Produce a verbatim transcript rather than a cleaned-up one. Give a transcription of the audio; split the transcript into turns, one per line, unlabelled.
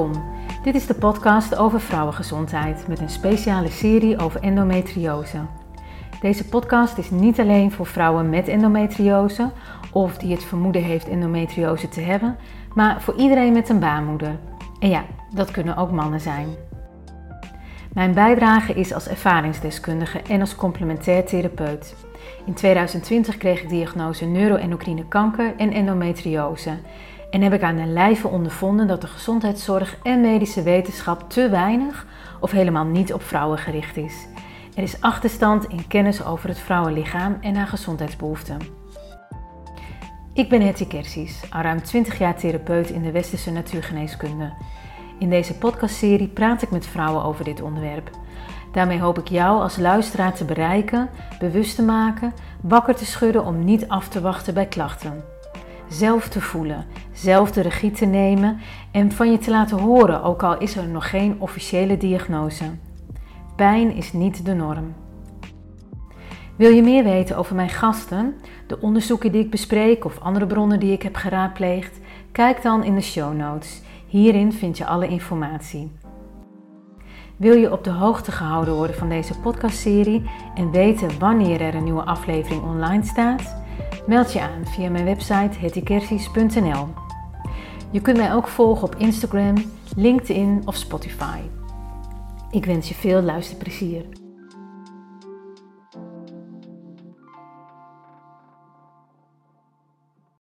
Welkom, dit is de podcast over vrouwengezondheid met een speciale serie over endometriose. Deze podcast is niet alleen voor vrouwen met endometriose of die het vermoeden heeft endometriose te hebben, maar voor iedereen met een baarmoeder. En ja, dat kunnen ook mannen zijn. Mijn bijdrage is als ervaringsdeskundige en als complementair therapeut. In tweeduizend twintig kreeg ik diagnose neuroendocrine kanker en endometriose. En heb ik aan de lijve ondervonden dat de gezondheidszorg en medische wetenschap te weinig of helemaal niet op vrouwen gericht is. Er is achterstand in kennis over het vrouwenlichaam en haar gezondheidsbehoeften. Ik ben Hetty Kersies, al ruim twintig jaar therapeut in de westerse natuurgeneeskunde. In deze podcastserie praat ik met vrouwen over dit onderwerp. Daarmee hoop ik jou als luisteraar te bereiken, bewust te maken, wakker te schudden om niet af te wachten bij klachten. Zelf te voelen, zelf de regie te nemen en van je te laten horen, ook al is er nog geen officiële diagnose. Pijn is niet de norm. Wil je meer weten over mijn gasten, de onderzoeken die ik bespreek of andere bronnen die ik heb geraadpleegd? Kijk dan in de show notes. Hierin vind je alle informatie. Wil je op de hoogte gehouden worden van deze podcastserie en weten wanneer er een nieuwe aflevering online staat? Meld je aan via mijn website hetty kersies punt n l. Je kunt mij ook volgen op Instagram, LinkedIn of Spotify. Ik wens je veel luisterplezier.